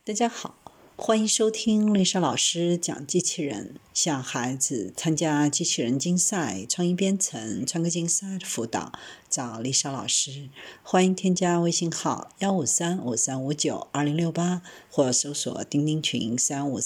大家好，欢迎收听丽莎老师讲机器人，向孩子参加机器人竞赛、创意编程、创客竞赛的辅导，找丽莎老师。欢迎添加微信号15353592068，或搜索钉钉群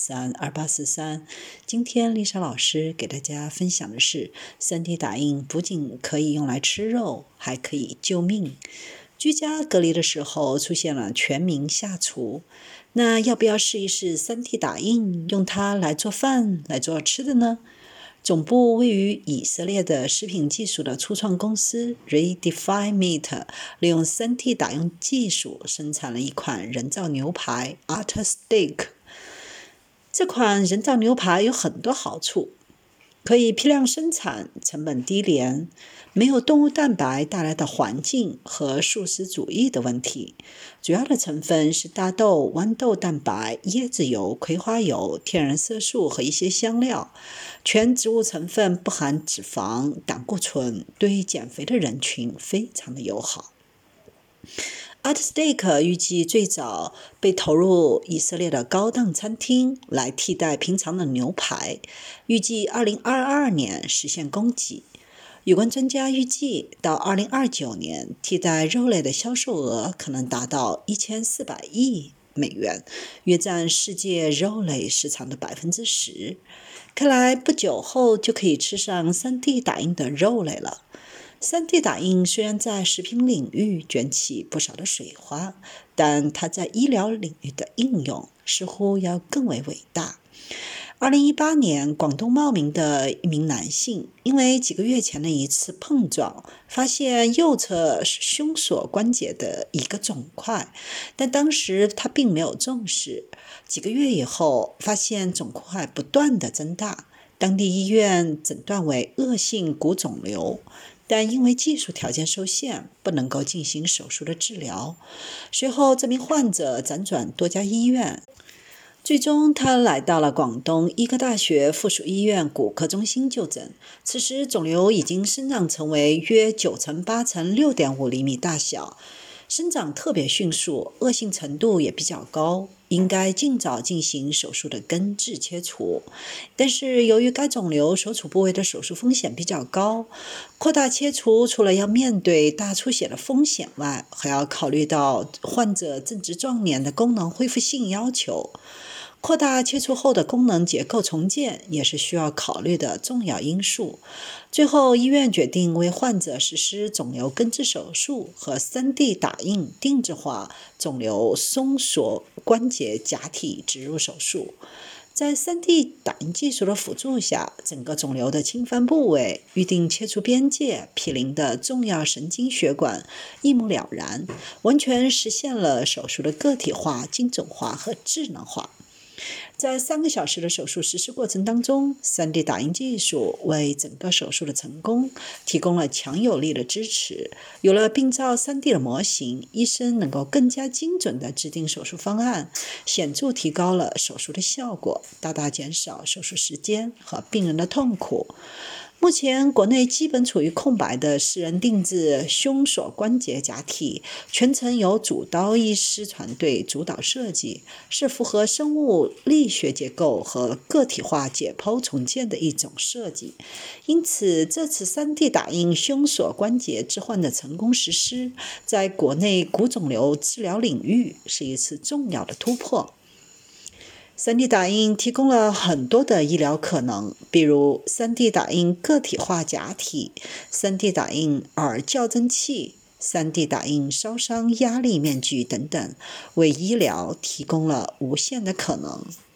3532843。今天丽莎老师给大家分享的是，3D 打印不仅可以用来吃肉，还可以救命。居家隔离的时候出现了全民下厨，那要不要试一试 3D 打印，用它来做饭、来做吃的呢？总部位于以色列的食品技术的初创公司 Redefine Meat 利用 3D 打印技术生产了一款人造牛排 Art Steak。这款人造牛排有很多好处，可以批量生产，成本低廉，没有动物蛋白带来的环境和素食主义的问题。主要的成分是大豆、豌豆蛋白、椰子油、葵花油、天然色素和一些香料，全植物成分，不含脂肪、胆固醇，对减肥的人群非常的友好。Art Steak 预计最早被投入以色列的高档餐厅，来替代平常的牛排，预计2022年实现供给。有关专家预计，到2029年，替代肉类的销售额可能达到1400亿美元，约占世界肉类市场的10%。看来不久后就可以吃上 3D 打印的肉类了。3D 打印虽然在食品领域卷起不少的水花，但它在医疗领域的应用似乎要更为伟大。2018年，广东茂名的一名男性因为几个月前的一次碰撞，发现右侧胸锁关节的一个肿块，但当时他并没有重视。几个月以后，发现肿块不断的增大，当地医院诊断为恶性骨肿瘤，但因为技术条件受限，不能够进行手术的治疗。随后，这名患者辗转多家医院，最终他来到了广东医科大学附属医院骨科中心就诊。此时肿瘤已经生长成为约9乘8乘6.5厘米大小，生长特别迅速，恶性程度也比较高，应该尽早进行手术的根治切除。但是由于该肿瘤所处部位的手术风险比较高，扩大切除除了要面对大出血的风险外，还要考虑到患者正值壮年的功能恢复性要求。扩大切除后的功能结构重建也是需要考虑的重要因素。最后，医院决定为患者实施肿瘤根治手术和 3D 打印定制化肿瘤松锁关节假体植入手术。在 3D 打印技术的辅助下，整个肿瘤的侵犯部位、预定切除边界、毗邻的重要神经血管一目了然，完全实现了手术的个体化、精准化和智能化。在3个小时的手术实施过程当中， 3D 打印技术为整个手术的成功提供了强有力的支持。有了病灶 3D 的模型，医生能够更加精准地制定手术方案，显著提高了手术的效果，大大减少手术时间和病人的痛苦。目前国内基本处于空白的私人定制胸锁关节假体，全程由主刀医师团队主导设计，是符合生物力学结构和个体化解剖重建的一种设计。因此，这次 3D 打印胸锁关节置换的成功实施，在国内骨肿瘤治疗领域是一次重要的突破。3D 打印提供了很多的医疗可能，比如 3D 打印个体化假体、3D 打印耳校正器、3D 打印烧伤压力面具等等，为医疗提供了无限的可能。